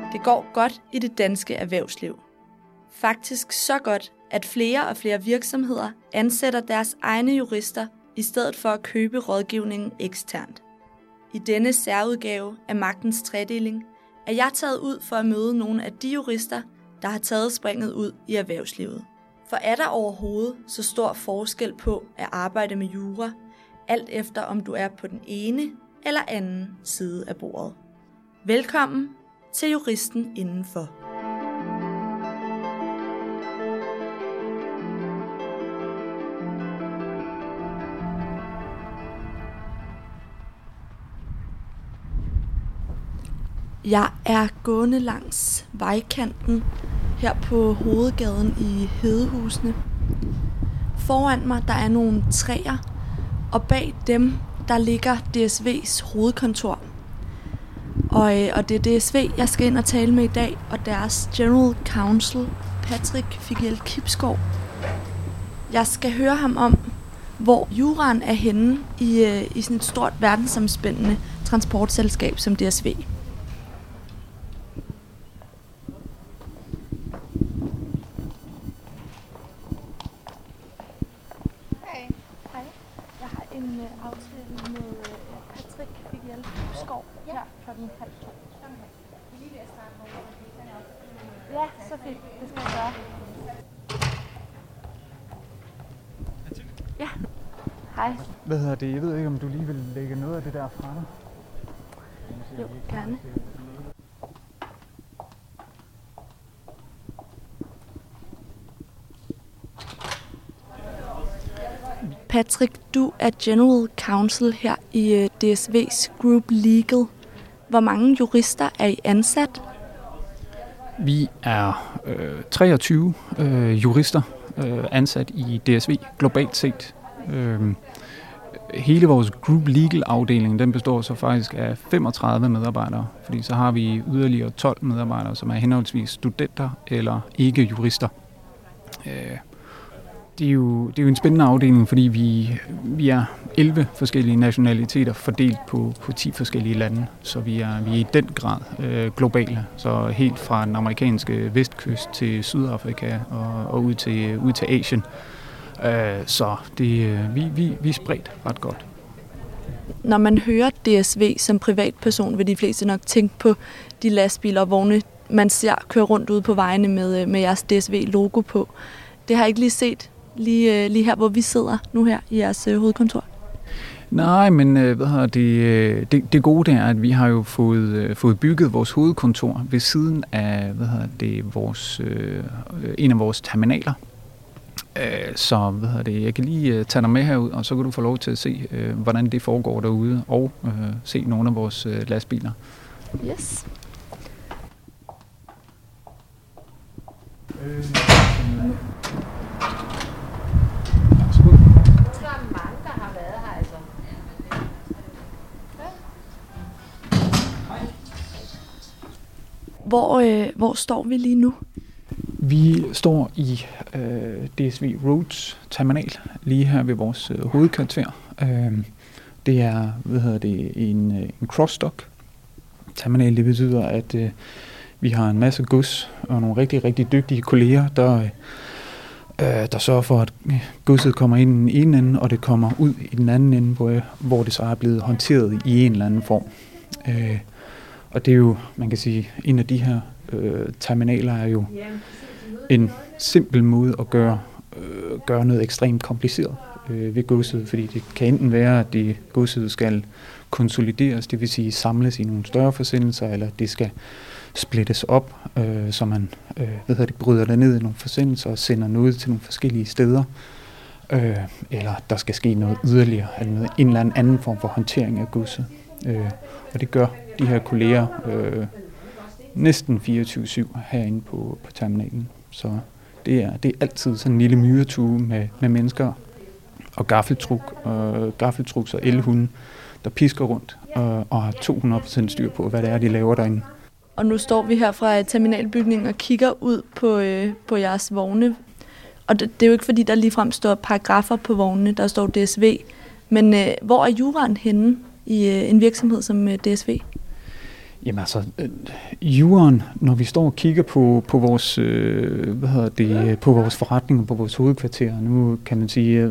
Det går godt i det danske erhvervsliv. Faktisk så godt, at flere og flere virksomheder ansætter deres egne jurister i stedet for at købe rådgivningen eksternt. I denne særudgave af Magtens Tredeling er jeg taget ud for at møde nogle af de jurister, der har taget springet ud i erhvervslivet. For er der overhovedet så stor forskel på at arbejde med jura, alt efter om du er på den ene eller anden side af bordet? Velkommen til Juristen Indenfor. Jeg er gående langs vejkanten her på hovedgaden i Hedehusene. Foran mig der er nogle træer, og bag dem der ligger DSV's hovedkontor. Og det er DSV, jeg skal ind og tale med i dag, og deres General Counsel, Patrick Figel-Kibsgaard. Jeg skal høre ham om, hvor juraen er henne i sådan et stort verdensomspændende transportselskab som DSV. Aftale med Patrick Figel-Kibsgaard her klokken 1:30. Ja, så fint. Det skal jeg gøre. Ja. Hej. Hvad hedder det? Jeg ved ikke, om du lige vil lægge noget af det der fra dig? Jo, gerne. Patrick, du er General Counsel her i DSV's Group Legal. Hvor mange jurister er I ansat? Vi er 23 jurister ansat i DSV globalt set. Hele vores Group Legal afdeling, den består så faktisk af 35 medarbejdere, fordi så har vi yderligere 12 medarbejdere, som er henholdsvis studenter eller ikke jurister. Det er jo en spændende afdeling, fordi vi er 11 forskellige nationaliteter fordelt på 10 forskellige lande, så vi er i den grad globale, så helt fra den amerikanske vestkyst til Sydafrika og ud til Asien. Så vi er spredt ret godt. Når man hører DSV som privatperson, vil de fleste nok tænke på de lastbiler og vogne, man ser køre rundt ude på vejene med jeres DSV-logo på. Det har jeg ikke lige set. Lige her, hvor vi sidder nu her i jeres hovedkontor? Nej, men det gode er, at vi har jo fået bygget vores hovedkontor ved siden af en af vores terminaler. Så jeg kan lige tage dig med herud, og så kan du få lov til at se, hvordan det foregår derude, og se nogle af vores lastbiler. Yes. Hvor står vi lige nu? Vi står i DSV Roads terminal, lige her ved vores hovedkvarter. Det er en cross-dock terminal. Det betyder, at vi har en masse gods og nogle rigtig, rigtig dygtige kolleger, der sørger for, at godset kommer ind i den ene ende, og det kommer ud i den anden ende, hvor det så er blevet håndteret i en eller anden form. Og det er jo, man kan sige, en af de her terminaler er jo en simpel måde at gøre noget ekstremt kompliceret ved godset, fordi det kan enten være, at godset skal konsolideres, det vil sige samles i nogle større forsendelser, eller det skal splittes op, så man bryder det ned i nogle forsendelser og sender noget til nogle forskellige steder, eller der skal ske noget yderligere, eller en eller anden form for håndtering af godset. Og det gør de her kolleger næsten 24/7 herinde på terminalen. Så det er altid sådan en lille myretue med mennesker og gaffeltruks og elhunde, der pisker rundt og har 200% styr på, hvad det er, de laver derinde. Og nu står vi her fra terminalbygningen og kigger ud på jeres vogne. Og det er jo ikke fordi, der ligefrem står paragrafer på vognene, der står DSV. Men hvor er juraen henne i en virksomhed som DSV? Jamen altså, juraen, når vi står og kigger på vores, på vores forretninger, på vores hovedkvarterer, nu kan man sige,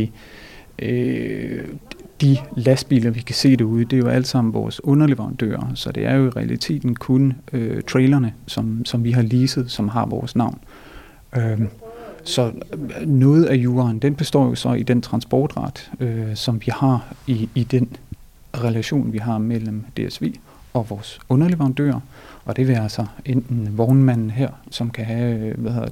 de lastbiler, vi kan se derude, det er jo alt sammen vores underleverandører, så det er jo i realiteten kun trailerne, som vi har leaset, som har vores navn. Så noget af juraen, den består jo så i den transportret, som vi har i den relation, vi har mellem DSV og vores underleverandører, og det vil altså enten vognmanden her, som kan have,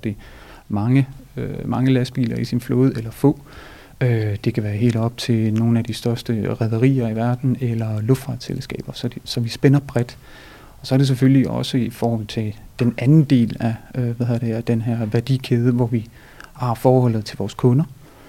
mange lastbiler i sin flåde, eller få. Det kan være helt op til nogle af de største rederier i verden, eller luftfartsselskaber, så vi spænder bredt. Og så er det selvfølgelig også i forhold til den anden del af den her værdikæde, hvor vi har forholdet til vores kunder.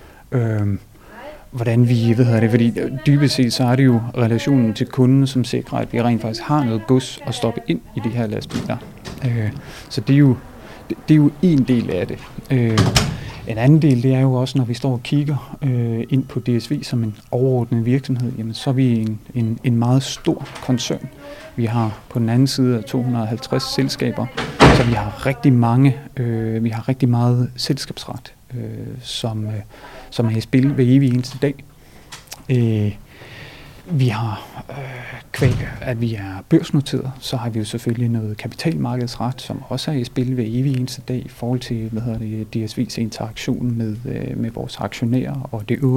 Hvordan vi, fordi dybest set så er det jo relationen til kunden, som sikrer, at vi rent faktisk har noget gods at stoppe ind i de her lastbiler. Så det er jo en del af det. En anden del, det er jo også, når vi står og kigger ind på DSV som en overordnet virksomhed, jamen så er vi en meget stor koncern. Vi har på den anden side af 250 selskaber, så vi har rigtig meget selskabsret, som er i spil hver evig eneste dag. Vi har kvæg, at vi er børsnoteret, så har vi jo selvfølgelig noget kapitalmarkedsret, som også er i spil hver evig eneste dag i forhold til DSV's interaktion med vores aktionærer og det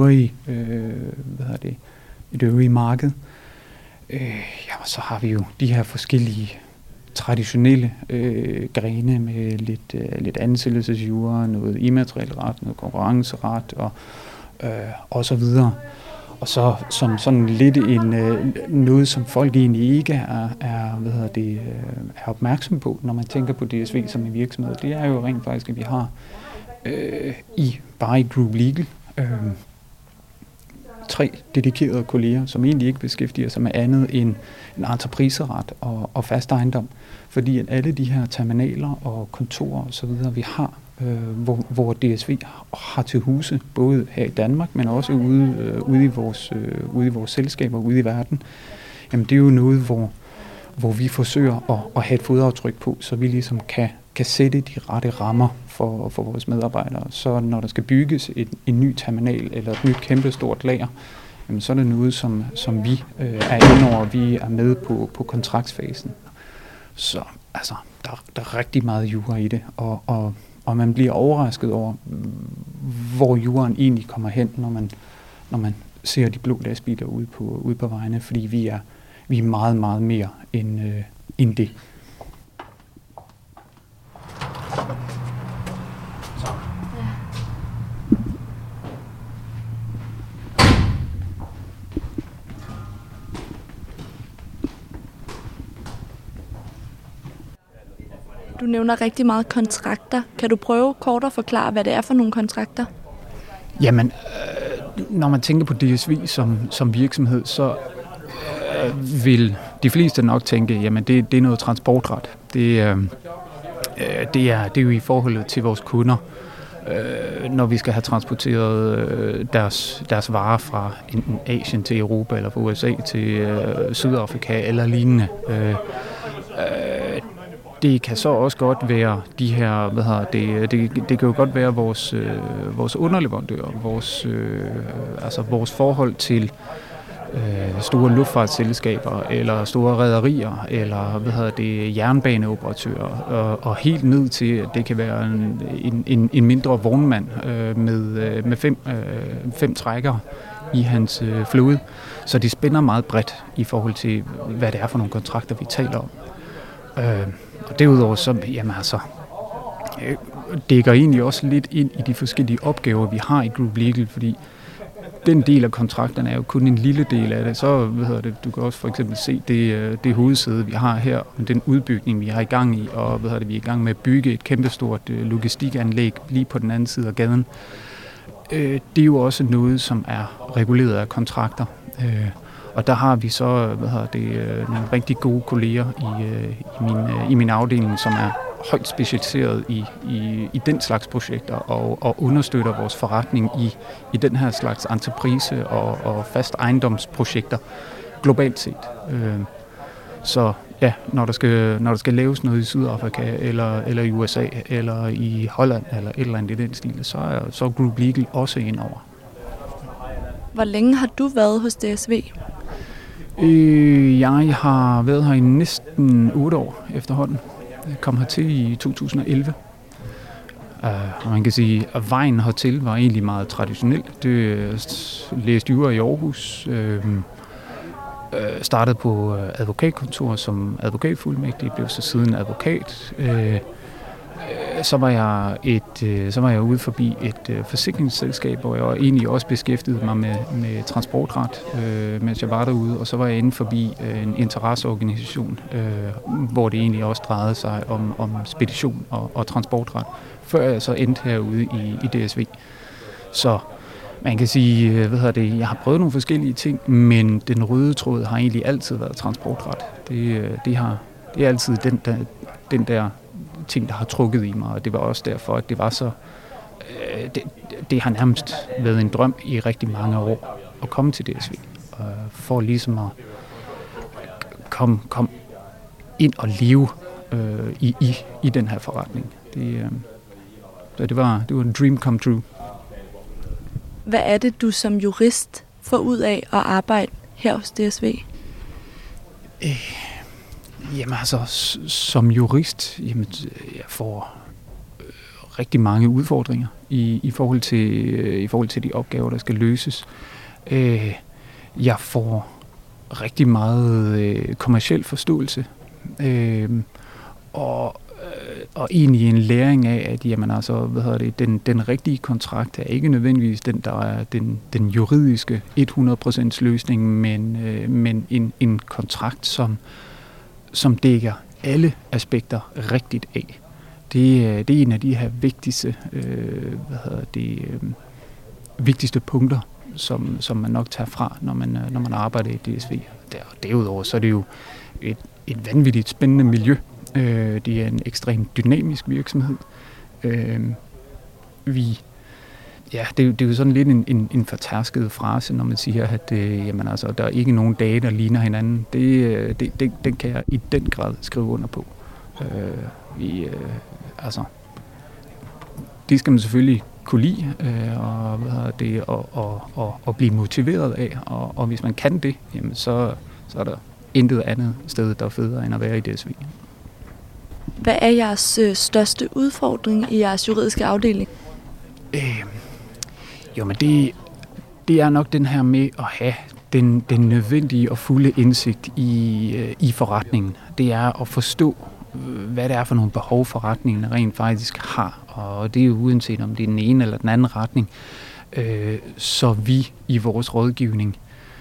øvrige marked. Så har vi jo de her forskellige traditionelle grene med lidt ansættelsesjura, noget immateriel ret, noget konkurrenceret og så videre. Og så som sådan lidt noget, som folk egentlig ikke er opmærksom på, når man tænker på DSV som en virksomhed, det er jo rent faktisk, at vi har bare i Group Legal 3 dedikerede kolleger, som egentlig ikke beskæftiger sig med andet end en entrepriseret og fast ejendom. Fordi at alle de her terminaler og kontorer og så videre, vi har, hvor DSV har til huse, både her i Danmark, men også ude i vores selskaber, ude i verden, jamen det er jo noget, hvor vi forsøger at have et fodaftryk på, så vi ligesom kan sætte de rette rammer for vores medarbejdere. Så når der skal bygges en ny terminal eller et nyt kæmpestort lager, jamen så er det noget, som vi er inde over, vi er med på kontraktsfasen. Så altså, der er rigtig meget jura i det, og man bliver overrasket over, hvor juraen egentlig kommer hen, når man ser de blå lastbiler ude på vejene, fordi vi er meget, meget mere end det. Du nævner rigtig meget kontrakter. Kan du prøve kort at forklare, hvad det er for nogle kontrakter? Jamen, når man tænker på DSV som virksomhed, så vil de fleste nok tænke, jamen det er noget transportret. Det er jo i forhold til vores kunder, når vi skal have transporteret deres varer fra enten Asien til Europa, eller fra USA til Sydafrika eller lignende. Det kan så også godt være de her, det kan jo godt være vores underleverandører, vores forhold til store luftfartsselskaber eller store rederier eller jernbaneoperatører og helt ned til at det kan være en mindre vognmand med 5 trækkere i hans flåde. Så det spænder meget bredt i forhold til hvad det er for nogle kontrakter vi taler om. Og derudover så dækker egentlig også lidt ind i de forskellige opgaver vi har i Group Legal, fordi den del af kontrakterne er jo kun en lille del af det. Så du kan også for eksempel se det hovedsæde vi har her, den udbygning vi har i gang i, og vi er i gang med at bygge et kæmpestort logistikanlæg lige på den anden side af gaden. Det er jo også noget som er reguleret af kontrakter. Og der har vi så nogle rigtig gode kolleger i min afdeling, som er højt specialiseret i den slags projekter og understøtter vores forretning i den her slags entreprise og fast ejendomsprojekter globalt set. Så ja, når der skal laves noget i Sydafrika, eller i USA, eller i Holland, eller et eller andet i den stil, så er Group Legal også indover. Hvor længe har du været hos DSV? Jeg har været her i næsten 8 år efterhånden. Jeg kom hertil i 2011. Og man kan sige, at vejen hertil var egentlig meget traditionel. Jeg læste jura i Aarhus, startede på advokatkontor som advokatfuldmægtig, blev så siden advokat. Så var jeg ude forbi et forsikringsselskab, hvor jeg egentlig også beskæftigede mig med transportret, mens jeg var derude. Og så var jeg inde forbi en interesseorganisation, hvor det egentlig også drejede sig om spedition og transportret, før jeg så endte herude i DSV. Så man kan sige, jeg har prøvet nogle forskellige ting, men den røde tråd har egentlig altid været transportret. Det er altid den der ting, der har trukket i mig, og det var også derfor, at det var så... Det har nærmest været en drøm i rigtig mange år at komme til DSV, for ligesom at komme ind og leve i den her forretning. Så det var en dream come true. Hvad er det, du som jurist får ud af at arbejde her hos DSV? Jamen altså, som jurist, jeg får rigtig mange udfordringer i forhold til de opgaver, der skal løses. Jeg får rigtig meget kommerciel forståelse, og egentlig en læring af, at jamen altså, den rigtige kontrakt er ikke nødvendigvis den, der er den juridiske 100% løsning, men en kontrakt, som dækker alle aspekter rigtigt af. Det er en af de her vigtigste punkter, som man nok tager fra, når man arbejder i DSV. Derudover så er det jo et vanvittigt spændende miljø. Det er en ekstremt dynamisk virksomhed. Det er jo sådan lidt en fortærsket frase, når man siger, at der er ikke nogen dage, der ligner hinanden. Den kan jeg i den grad skrive under på. Det skal man selvfølgelig kunne lide og blive motiveret af. Og hvis man kan det, jamen så er der intet andet sted, der er federe end at være i DSV. Hvad er jeres største udfordring i jeres juridiske afdeling? Men det er nok den her med at have den nødvendige og fulde indsigt i forretningen. Det er at forstå, hvad det er for nogle behov, forretningen rent faktisk har. Og det er jo uanset om det er den ene eller den anden retning. Så vi i vores rådgivning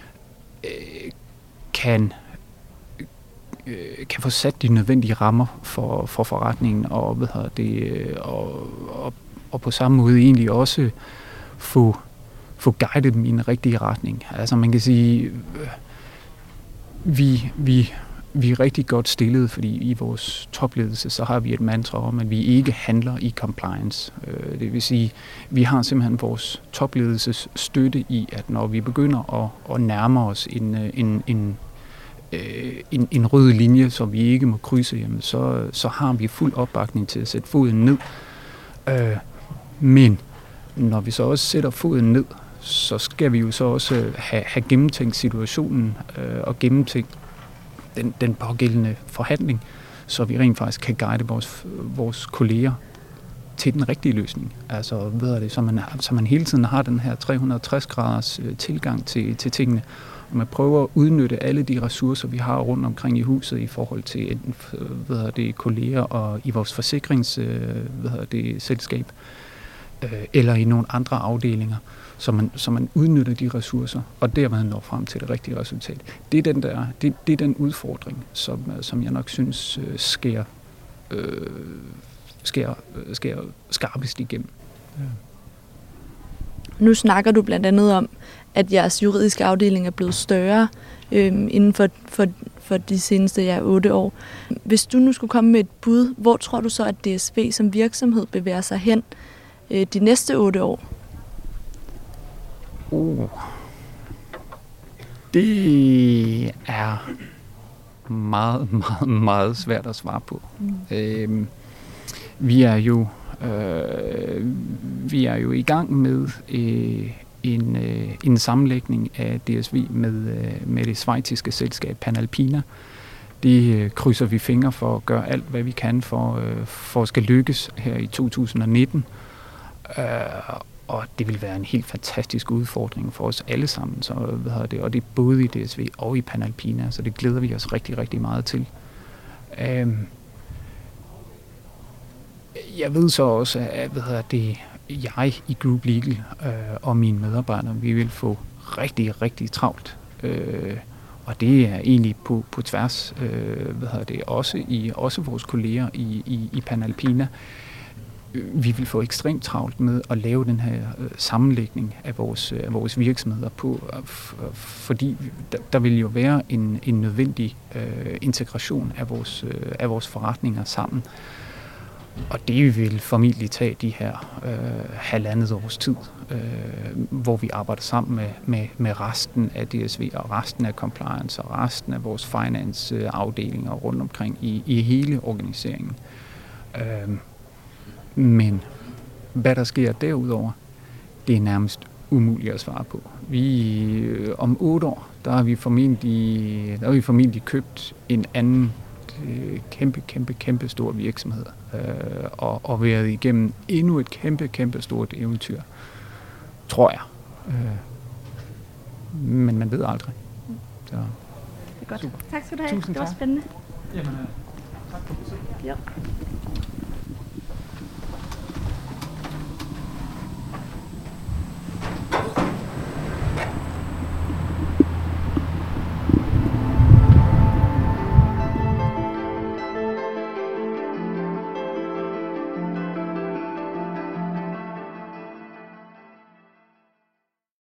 kan få sat de nødvendige rammer for forretningen, og på samme måde egentlig også få guidet dem i en rigtig retning. Altså man kan sige, vi er rigtig godt stillet, fordi i vores topledelse, så har vi et mantra om, at vi ikke handler i compliance. Det vil sige, vi har simpelthen vores topledelses støtte i, at når vi begynder at nærme os en rød linje, som vi ikke må krydse, jamen så har vi fuld opbakning til at sætte foden ned. Men når vi så også sætter foden ned, så skal vi jo så også have gennemtænkt situationen og gennemtænkt den pågældende forhandling, så vi rent faktisk kan guide vores kolleger til den rigtige løsning. Altså, så man hele tiden har den her 360-graders tilgang til tingene, og man prøver at udnytte alle de ressourcer, vi har rundt omkring i huset i forhold til kolleger og i vores forsikringsselskab eller i nogle andre afdelinger, så man udnytter de ressourcer, og dermed når frem til det rigtige resultat. Det er den udfordring, som jeg nok synes sker skarpest igennem. Ja. Nu snakker du blandt andet om, at jeres juridiske afdeling er blevet større inden for de seneste 8 år. Hvis du nu skulle komme med et bud, hvor tror du så, at DSV som virksomhed bevæger sig hen de næste 8 år? Det er meget, meget, meget svært at svare på. Vi er jo i gang med en sammenlægning af DSV med det schweiziske selskab Panalpina. Det krydser vi fingre for at gøre alt, hvad vi kan for at skal lykkes her i 2019. Og det vil være en helt fantastisk udfordring for os alle sammen. Og det er både i DSV og i Panalpina, så det glæder vi os rigtig, rigtig meget til. Jeg ved så også, at jeg i Group Legal og mine medarbejdere, vi vil få rigtig, rigtig travlt. Og det er egentlig på tværs, også vores kolleger i Panalpina. Vi vil få ekstremt travlt med at lave den her sammenlægning af vores virksomheder på, fordi der vil jo være en nødvendig integration af vores forretninger sammen. Og det vil formentlig tage de her halvandet års tid, hvor vi arbejder sammen med resten af DSV og resten af compliance og resten af vores finance-afdelinger rundt omkring i hele organiseringen. Men hvad der sker derudover, det er nærmest umuligt at svare på. Om 8 år, der har vi formentlig købt en anden kæmpe stor virksomhed og været igennem endnu et kæmpe stort eventyr, tror jeg. Men man ved aldrig. Så. Det er godt. Super. Tak skal du have. Tusind det var tak. Spændende. Jamen, tak for besøget. Jo.